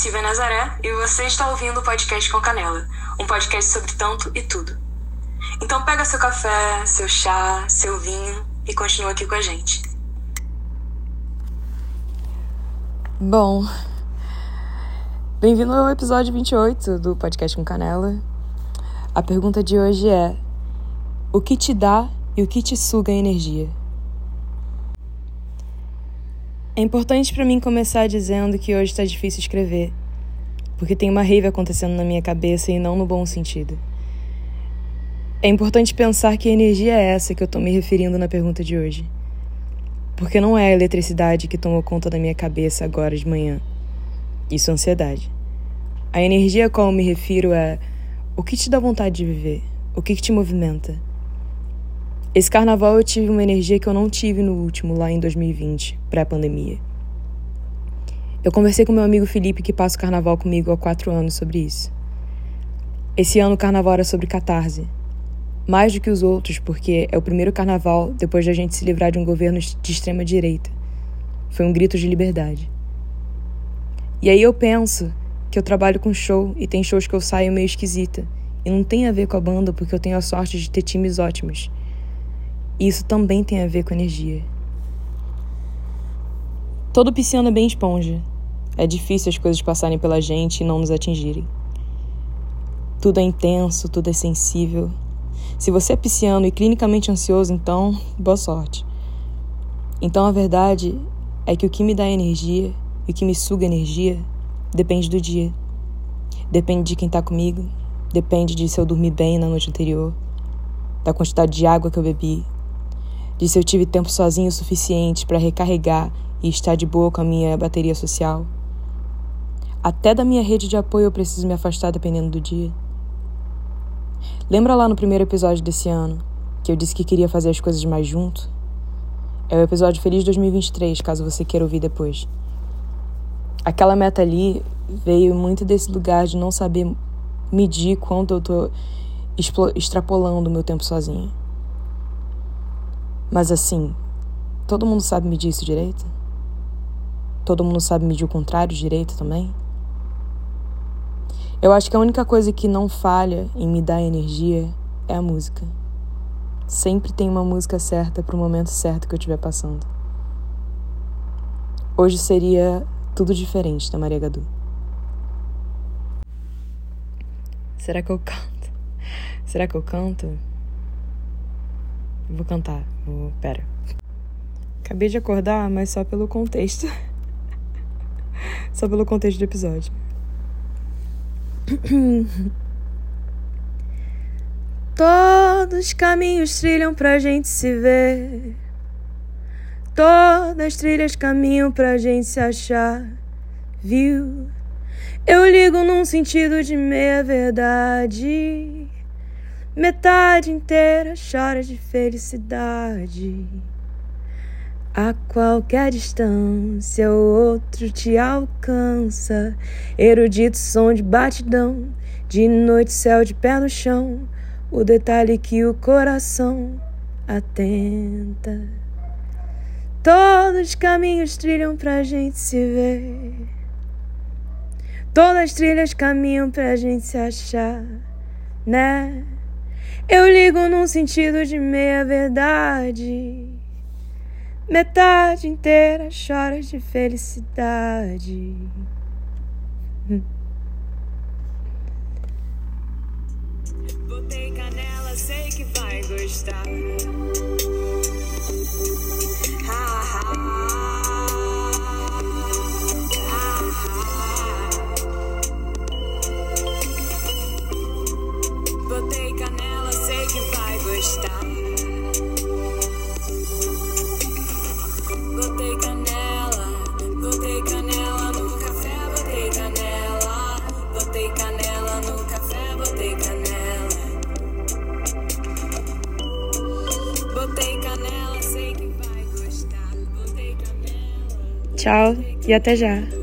Silvia Nazaré e você está ouvindo o Podcast com Canela, um podcast sobre tanto e tudo. Então pega seu café, seu chá, seu vinho e continua aqui com a gente. Bom, bem-vindo ao episódio 28 do Podcast com Canela. A pergunta de hoje é: o que te dá e o que te suga a energia? É importante pra mim começar dizendo que hoje tá difícil escrever, porque tem uma rave acontecendo na minha cabeça e não no bom sentido. É importante pensar que energia é essa que eu tô me referindo na pergunta de hoje, porque não é a eletricidade que tomou conta da minha cabeça agora de manhã. Isso é ansiedade. A energia a qual eu me refiro é o que te dá vontade de viver, o que te movimenta. Esse carnaval eu tive uma energia que eu não tive no último, lá em 2020, pré-pandemia. Eu conversei com meu amigo Felipe, que passa o carnaval comigo há 4 anos, sobre isso. Esse ano o carnaval era sobre catarse. Mais do que os outros, porque é o primeiro carnaval depois da gente se livrar de um governo de extrema direita. Foi um grito de liberdade. E aí eu penso que eu trabalho com show e tem shows que eu saio meio esquisita. E não tem a ver com a banda, porque eu tenho a sorte de ter times ótimos. E isso também tem a ver com energia. Todo pisciano é bem esponja. É difícil as coisas passarem pela gente e não nos atingirem. Tudo é intenso, tudo é sensível. Se você é pisciano e clinicamente ansioso, então, boa sorte. Então a verdade é que o que me dá energia e o que me suga energia depende do dia. Depende de quem tá comigo, depende de se eu dormi bem na noite anterior, da quantidade de água que eu bebi, de se eu tive tempo sozinho o suficiente para recarregar e estar de boa com a minha bateria social. Até da minha rede de apoio eu preciso me afastar dependendo do dia. Lembra lá no primeiro episódio desse ano, que eu disse que queria fazer as coisas mais junto? É o episódio Feliz 2023, caso você queira ouvir depois. Aquela meta ali veio muito desse lugar de não saber medir quanto eu tô extrapolando o meu tempo sozinha. Mas assim, todo mundo sabe medir isso direito? Todo mundo sabe medir o contrário direito também? Eu acho que a única coisa que não falha em me dar energia é a música. Sempre tem uma música certa pro momento certo que eu estiver passando. Hoje seria Tudo Diferente, da Maria Gadu. Será que eu canto? Será que eu canto? Vou cantar. Pera. Acabei de acordar, mas só pelo contexto. Só pelo contexto do episódio. Todos os caminhos trilham pra gente se ver. Todas as trilhas caminham pra gente se achar. Viu? Eu ligo num sentido de meia verdade. Metade inteira chora de felicidade. A qualquer distância o outro te alcança. Erudito som de batidão, de noite céu de pé no chão, o detalhe que o coração atenta. Todos os caminhos trilham pra gente se ver. Todas as trilhas caminham pra gente se achar, né? Eu ligo num sentido de meia verdade. Metade inteira chora de felicidade. Botei canela, sei que vai gostar. Botei canela, sei que vai gostar. Botei canela no café, botei canela. Botei canela no café, botei canela. Botei canela, sei que vai gostar. Botei canela. Tchau e até já.